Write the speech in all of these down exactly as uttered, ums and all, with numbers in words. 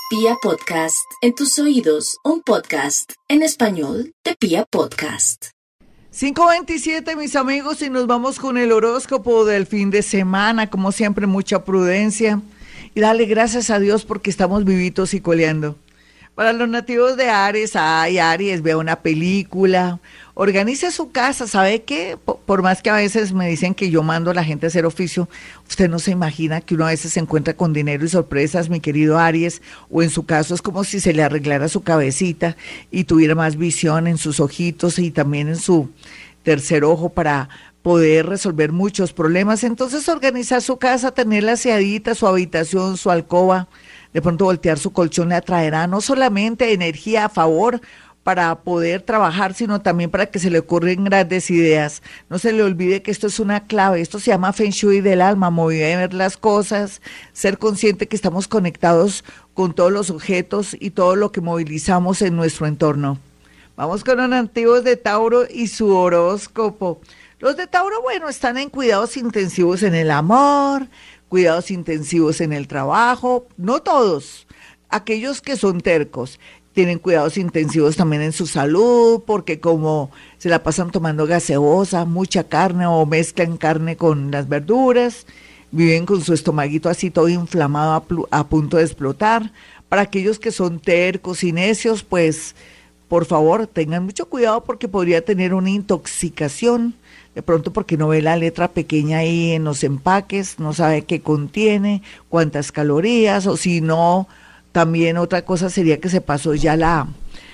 Pia Podcast, en tus oídos, un podcast en español de Pia Podcast. cinco veintisiete, mis amigos, y nos vamos con el horóscopo del fin de semana. Como siempre, mucha prudencia y dale gracias a Dios porque estamos vivitos y coleando. Para los nativos de Aries, ay, Aries, vea una película, organice su casa. ¿Sabe qué? Por más que a veces me dicen que yo mando a la gente a hacer oficio, usted no se imagina que uno a veces se encuentra con dinero y sorpresas, mi querido Aries, o en su caso es como si se le arreglara su cabecita y tuviera más visión en sus ojitos y también en su tercer ojo para poder resolver muchos problemas. Entonces, organizar su casa, tenerla aseadita, su habitación, su alcoba, de pronto voltear su colchón le atraerá no solamente energía a favor para poder trabajar, sino también para que se le ocurren grandes ideas. No se le olvide que esto es una clave, esto se llama Feng Shui del alma, mover las cosas, ser consciente que estamos conectados con todos los objetos y todo lo que movilizamos en nuestro entorno. Vamos con los nativos de Tauro y su horóscopo. Los de Tauro, bueno, están en cuidados intensivos en el amor, cuidados intensivos en el trabajo, no todos, aquellos que son tercos, tienen cuidados intensivos también en su salud, porque como se la pasan tomando gaseosa, mucha carne o mezclan carne con las verduras, viven con su estomaguito así todo inflamado a, pl- a punto de explotar. Para aquellos que son tercos y necios, pues por favor tengan mucho cuidado porque podría tener una intoxicación, de pronto porque no ve la letra pequeña ahí en los empaques, no sabe qué contiene, cuántas calorías, o si no, también otra cosa sería que se pasó ya la,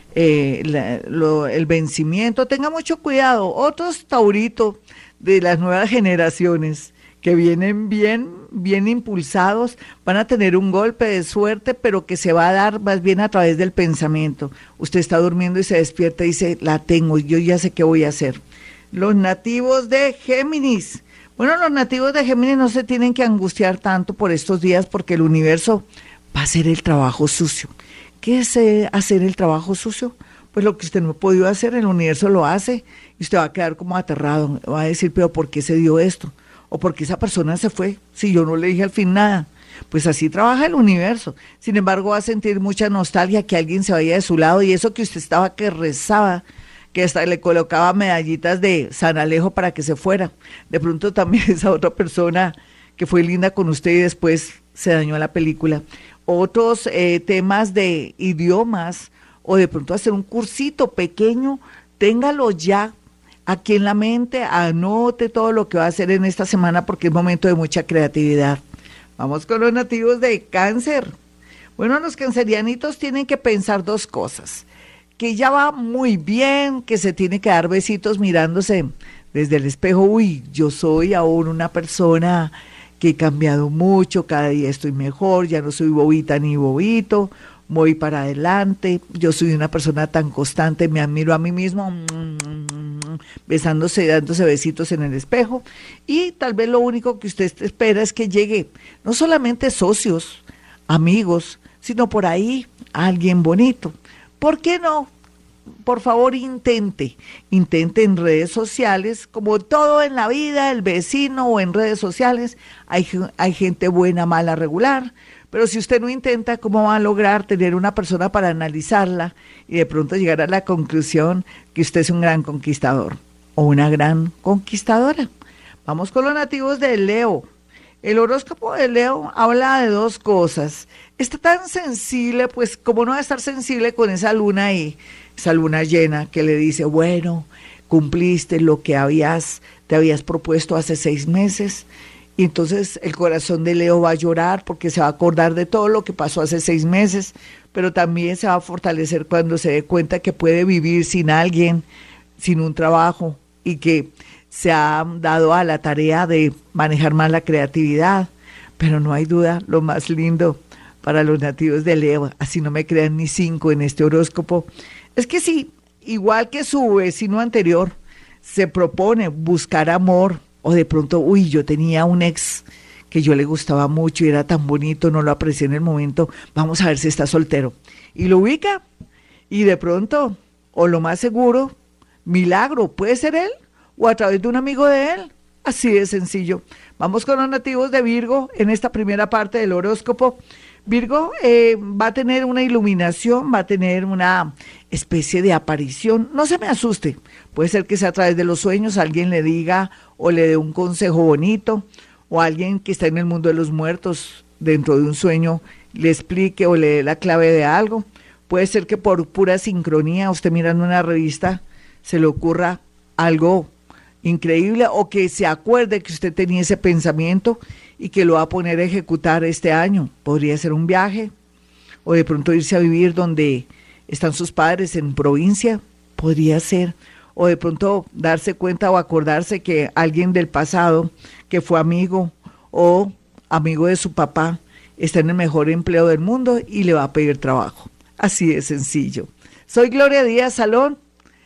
eh, la lo, el vencimiento. Tenga mucho cuidado. Otros tauritos de las nuevas generaciones que vienen bien, bien impulsados, van a tener un golpe de suerte, pero que se va a dar más bien a través del pensamiento. Usted está durmiendo y se despierta y dice, la tengo, yo ya sé qué voy a hacer. Los nativos de Géminis. Bueno, los nativos de Géminis no se tienen que angustiar tanto por estos días porque el universo va a hacer el trabajo sucio. ¿Qué es eh, hacer el trabajo sucio? Pues lo que usted no ha podido hacer, el universo lo hace y usted va a quedar como aterrado. Va a decir, pero ¿por qué se dio esto? ¿O por qué esa persona se fue? Si yo no le dije al fin nada. Pues así trabaja el universo. Sin embargo, va a sentir mucha nostalgia que alguien se vaya de su lado y eso que usted estaba que rezaba, que hasta le colocaba medallitas de San Alejo para que se fuera. De pronto también esa otra persona que fue linda con usted y después se dañó la película. Otros eh, temas de idiomas o de pronto hacer un cursito pequeño, téngalo ya aquí en la mente, anote todo lo que va a hacer en esta semana porque es momento de mucha creatividad. Vamos con los nativos de Cáncer. Bueno, los cancerianitos tienen que pensar dos cosas. Que ya va muy bien, que se tiene que dar besitos mirándose desde el espejo. Uy, yo soy aún una persona que he cambiado mucho, cada día estoy mejor, ya no soy bobita ni bobito, voy para adelante, yo soy una persona tan constante, me admiro a mí mismo, besándose, dándose besitos en el espejo, y tal vez lo único que usted espera es que llegue, no solamente socios, amigos, sino por ahí alguien bonito. ¿Por qué no? Por favor, intente, intente en redes sociales, como todo en la vida, el vecino o en redes sociales, hay, hay gente buena, mala, regular, pero si usted no intenta, ¿cómo va a lograr tener una persona para analizarla y de pronto llegar a la conclusión que usted es un gran conquistador o una gran conquistadora? Vamos con los nativos de Leo. El horóscopo de Leo habla de dos cosas. Está tan sensible, pues cómo no va a estar sensible con esa luna ahí, esa luna llena que le dice, bueno, cumpliste lo que habías, te habías propuesto hace seis meses, y entonces el corazón de Leo va a llorar porque se va a acordar de todo lo que pasó hace seis meses, pero también se va a fortalecer cuando se dé cuenta que puede vivir sin alguien, sin un trabajo, y que se ha dado a la tarea de manejar más la creatividad, pero no hay duda, lo más lindo para los nativos de Leo, así no me crean ni cinco en este horóscopo, es que sí, igual que su vecino anterior, se propone buscar amor, o de pronto, uy, yo tenía un ex que yo le gustaba mucho y era tan bonito, no lo aprecié en el momento, vamos a ver si está soltero, y lo ubica, y de pronto, o lo más seguro, milagro, puede ser él, o a través de un amigo de él, así de sencillo. Vamos con los nativos de Virgo en esta primera parte del horóscopo. Virgo eh, va a tener una iluminación, va a tener una especie de aparición. No se me asuste, puede ser que sea a través de los sueños, alguien le diga o le dé un consejo bonito, o alguien que está en el mundo de los muertos dentro de un sueño le explique o le dé la clave de algo. Puede ser que por pura sincronía, usted mirando una revista, se le ocurra algo increíble o que se acuerde que usted tenía ese pensamiento y que lo va a poner a ejecutar este año. Podría ser un viaje o de pronto irse a vivir donde están sus padres en provincia, podría ser, o de pronto darse cuenta o acordarse que alguien del pasado que fue amigo o amigo de su papá está en el mejor empleo del mundo y le va a pedir trabajo. Así de sencillo. Soy Gloria Díaz Salón.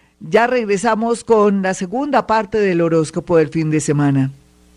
Ya regresamos con la segunda parte del horóscopo del fin de semana.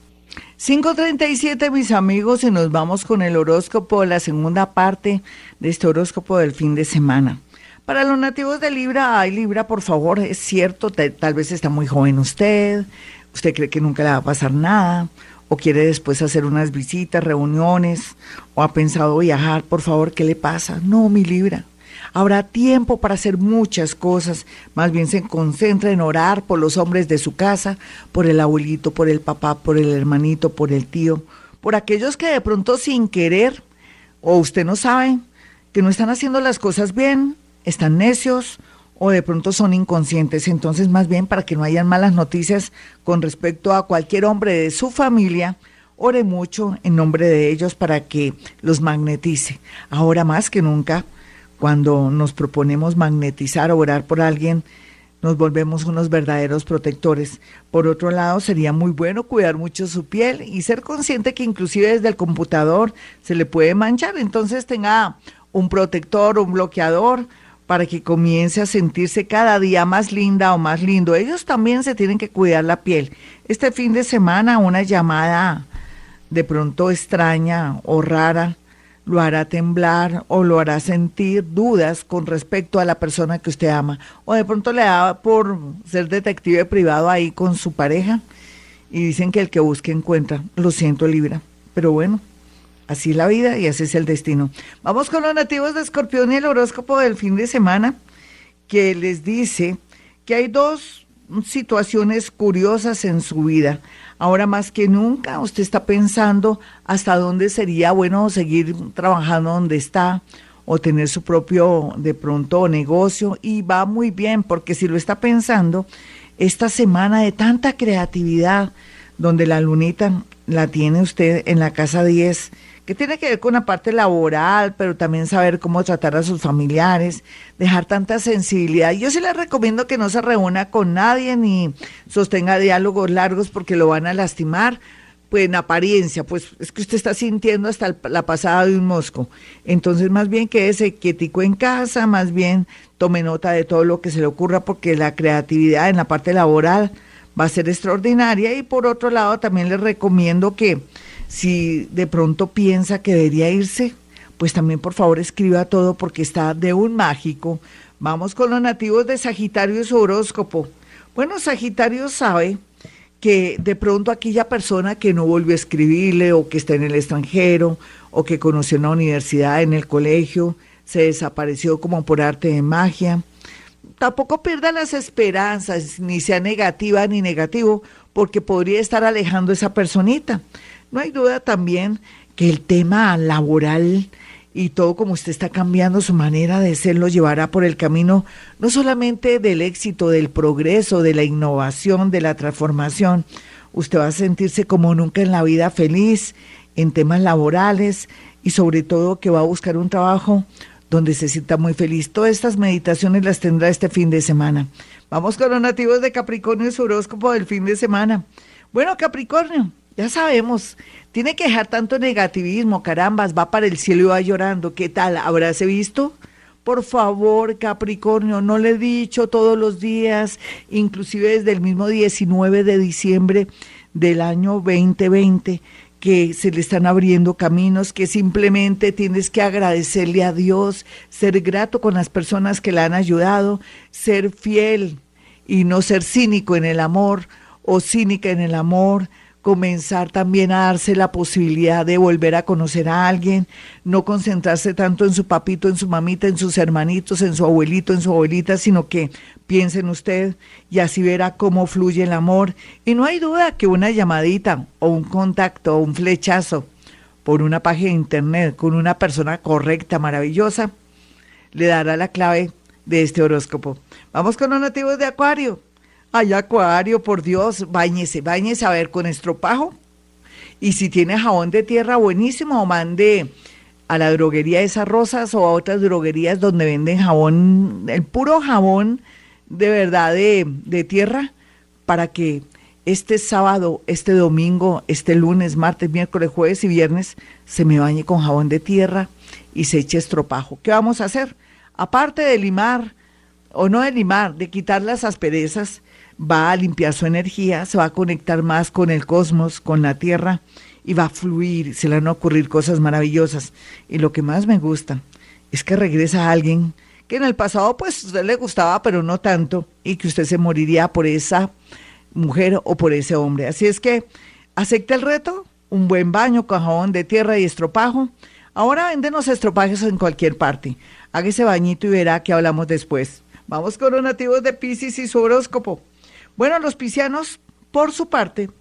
cinco treinta y siete, mis amigos, y nos vamos con el horóscopo, la segunda parte de este horóscopo del fin de semana. Para los nativos de Libra, ay Libra, por favor, es cierto, te, tal vez está muy joven usted, usted cree que nunca le va a pasar nada, o quiere después hacer unas visitas, reuniones, o ha pensado viajar, por favor, ¿qué le pasa? No, mi Libra. Habrá tiempo para hacer muchas cosas, más bien se concentra en orar por los hombres de su casa, por el abuelito, por el papá, por el hermanito, por el tío, por aquellos que de pronto sin querer, o usted no sabe, que no están haciendo las cosas bien, están necios, o de pronto son inconscientes. Entonces, más bien, para que no hayan malas noticias con respecto a cualquier hombre de su familia, ore mucho en nombre de ellos para que los magnetice. Ahora más que nunca, cuando nos proponemos magnetizar o orar por alguien, nos volvemos unos verdaderos protectores. Por otro lado, sería muy bueno cuidar mucho su piel y ser consciente que inclusive desde el computador se le puede manchar. Entonces tenga un protector, un bloqueador, para que comience a sentirse cada día más linda o más lindo. Ellos también se tienen que cuidar la piel. Este fin de semana una llamada de pronto extraña o rara lo hará temblar o lo hará sentir dudas con respecto a la persona que usted ama. O de pronto le da por ser detective privado ahí con su pareja y dicen que el que busque encuentra. Lo siento, Libra, pero bueno, así es la vida y así es el destino. Vamos con los nativos de Escorpión y el horóscopo del fin de semana, que les dice que hay dos situaciones curiosas en su vida. Ahora más que nunca usted está pensando hasta dónde sería bueno seguir trabajando donde está o tener su propio de pronto negocio, y va muy bien, porque si lo está pensando, esta semana de tanta creatividad, donde la lunita la tiene usted en la casa diez, que tiene que ver con la parte laboral, pero también saber cómo tratar a sus familiares, dejar tanta sensibilidad. Yo sí les recomiendo que no se reúna con nadie ni sostenga diálogos largos porque lo van a lastimar, pues en apariencia, pues es que usted está sintiendo hasta el, la pasada de un mosco. Entonces más bien quédese quietico en casa, más bien tome nota de todo lo que se le ocurra, porque la creatividad en la parte laboral va a ser extraordinaria. Y por otro lado también les recomiendo que si de pronto piensa que debería irse, pues también por favor escriba todo, porque está de un mágico. Vamos con los nativos de Sagitario y su horóscopo. Bueno, Sagitario sabe que de pronto aquella persona que no volvió a escribirle, o que está en el extranjero, o que conoció en la universidad, en el colegio, se desapareció como por arte de magia, tampoco pierda las esperanzas, ni sea negativa ni negativo, porque podría estar alejando a esa personita. No hay duda también que el tema laboral y todo como usted está cambiando su manera de ser lo llevará por el camino no solamente del éxito, del progreso, de la innovación, de la transformación. Usted va a sentirse como nunca en la vida feliz en temas laborales, y sobre todo que va a buscar un trabajo donde se sienta muy feliz. Todas estas meditaciones las tendrá este fin de semana. Vamos con los nativos de Capricornio y su horóscopo del fin de semana. Bueno, Capricornio, ya sabemos, tiene que dejar tanto negativismo, carambas, va para el cielo y va llorando. ¿Qué tal? ¿Habráse visto? Por favor, Capricornio, no le he dicho todos los días, inclusive desde el mismo diecinueve de diciembre del año veinte veinte, que se le están abriendo caminos, que simplemente tienes que agradecerle a Dios, ser grato con las personas que le han ayudado, ser fiel y no ser cínico en el amor o cínica en el amor, comenzar también a darse la posibilidad de volver a conocer a alguien, no concentrarse tanto en su papito, en su mamita, en sus hermanitos, en su abuelito, en su abuelita, sino que piense en usted y así verá cómo fluye el amor. Y no hay duda que una llamadita o un contacto o un flechazo por una página de internet con una persona correcta, maravillosa, le dará la clave de este horóscopo. Vamos con los nativos de Acuario. Ay, Acuario, por Dios, báñese, báñese a ver con estropajo. Y si tiene jabón de tierra, buenísimo, o mande a la droguería esas rosas o a otras droguerías donde venden jabón, el puro jabón de verdad de, de tierra, para que este sábado, este domingo, este lunes, martes, miércoles, jueves y viernes se me bañe con jabón de tierra y se eche estropajo. ¿Qué vamos a hacer? Aparte de limar, o no de limar, de quitar las asperezas, va a limpiar su energía, se va a conectar más con el cosmos, con la tierra, y va a fluir, se le van a ocurrir cosas maravillosas. Y lo que más me gusta es que regresa a alguien que en el pasado pues a usted le gustaba, pero no tanto, y que usted se moriría por esa mujer o por ese hombre. Así es que acepta el reto, un buen baño con jabón de tierra y estropajo. Ahora venden los estropajos en cualquier parte. Haga ese bañito y verá que hablamos después. Vamos con los nativos de Piscis y su horóscopo. Bueno, los piscianos, por su parte,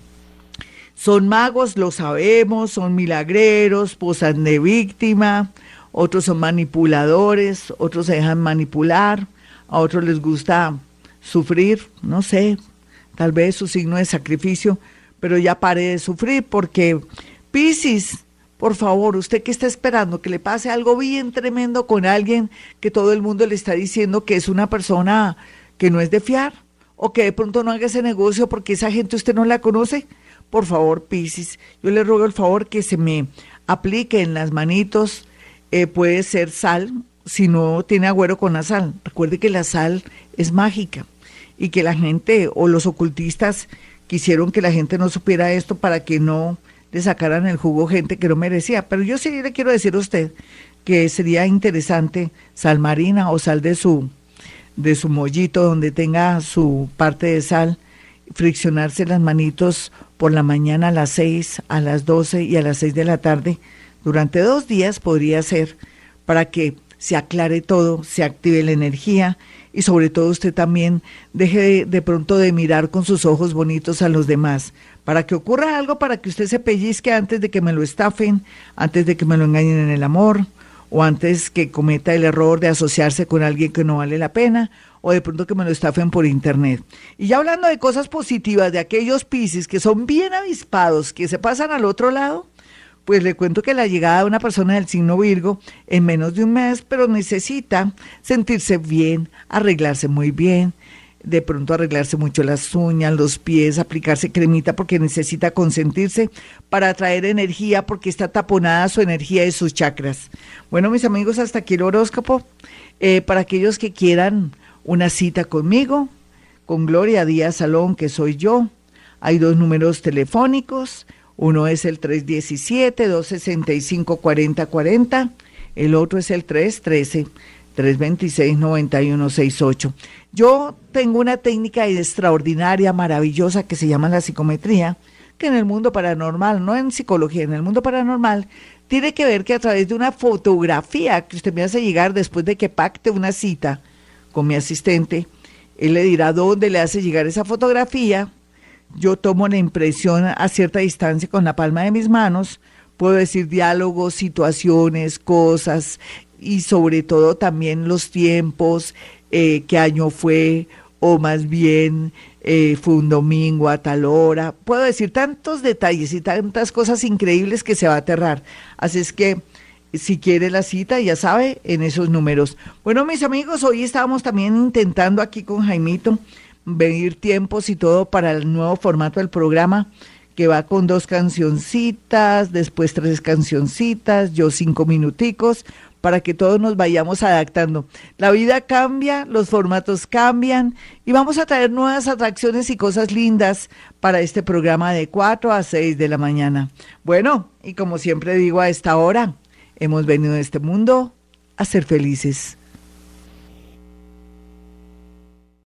son magos, lo sabemos, son milagreros, posan de víctima, otros son manipuladores, otros se dejan manipular, a otros les gusta sufrir, no sé, tal vez su signo de sacrificio, pero ya pare de sufrir porque Piscis, por favor, usted que está esperando que le pase algo bien tremendo con alguien que todo el mundo le está diciendo que es una persona que no es de fiar, o que de pronto no haga ese negocio porque esa gente usted no la conoce, por favor, Piscis, yo le ruego el favor que se me aplique en las manitos, eh, puede ser sal, si no tiene agüero con la sal. Recuerde que la sal es mágica y que la gente o los ocultistas quisieron que la gente no supiera esto para que no le sacaran el jugo gente que no merecía. Pero yo sí le quiero decir a usted que sería interesante sal marina o sal de su, de su mollito donde tenga su parte de sal, friccionarse las manitos por la mañana a las seis, a las doce y a las seis de la tarde. Durante dos días podría ser para que se aclare todo, se active la energía y sobre todo usted también deje de, de pronto de mirar con sus ojos bonitos a los demás, para que ocurra algo, para que usted se pellizque antes de que me lo estafen, antes de que me lo engañen en el amor, o antes que cometa el error de asociarse con alguien que no vale la pena, o de pronto que me lo estafen por internet. Y ya hablando de cosas positivas, de aquellos Piscis que son bien avispados, que se pasan al otro lado, pues le cuento que la llegada de una persona del signo Virgo en menos de un mes, pero necesita sentirse bien, arreglarse muy bien, de pronto arreglarse mucho las uñas, los pies, aplicarse cremita porque necesita consentirse para atraer energía porque está taponada su energía de sus chakras. Bueno, mis amigos, hasta aquí el horóscopo. Eh, para aquellos que quieran una cita conmigo, con Gloria Díaz Salón, que soy yo, hay dos números telefónicos. Uno es el tres uno siete, dos seis cinco, cuatro cero cuatro cero, el otro es el tres uno tres, tres dos seis, nueve uno seis ocho. Yo tengo una técnica extraordinaria, maravillosa, que se llama la psicometría, que en el mundo paranormal, no en psicología, en el mundo paranormal, tiene que ver que a través de una fotografía que usted me hace llegar después de que pacte una cita con mi asistente, él le dirá dónde le hace llegar esa fotografía. Yo tomo la impresión a cierta distancia con la palma de mis manos, puedo decir diálogos, situaciones, cosas y sobre todo también los tiempos, eh, qué año fue o más bien eh, fue un domingo a tal hora. Puedo decir tantos detalles y tantas cosas increíbles que se va a aterrar. Así es que si quiere la cita, ya sabe, en esos números. Bueno, mis amigos, hoy estábamos también intentando aquí con Jaimito venir tiempos y todo para el nuevo formato del programa, que va con dos cancioncitas, después tres cancioncitas, yo cinco minuticos, para que todos nos vayamos adaptando. La vida cambia, los formatos cambian, y vamos a traer nuevas atracciones y cosas lindas para este programa de cuatro a seis de la mañana. Bueno, y como siempre digo a esta hora, hemos venido a este mundo a ser felices.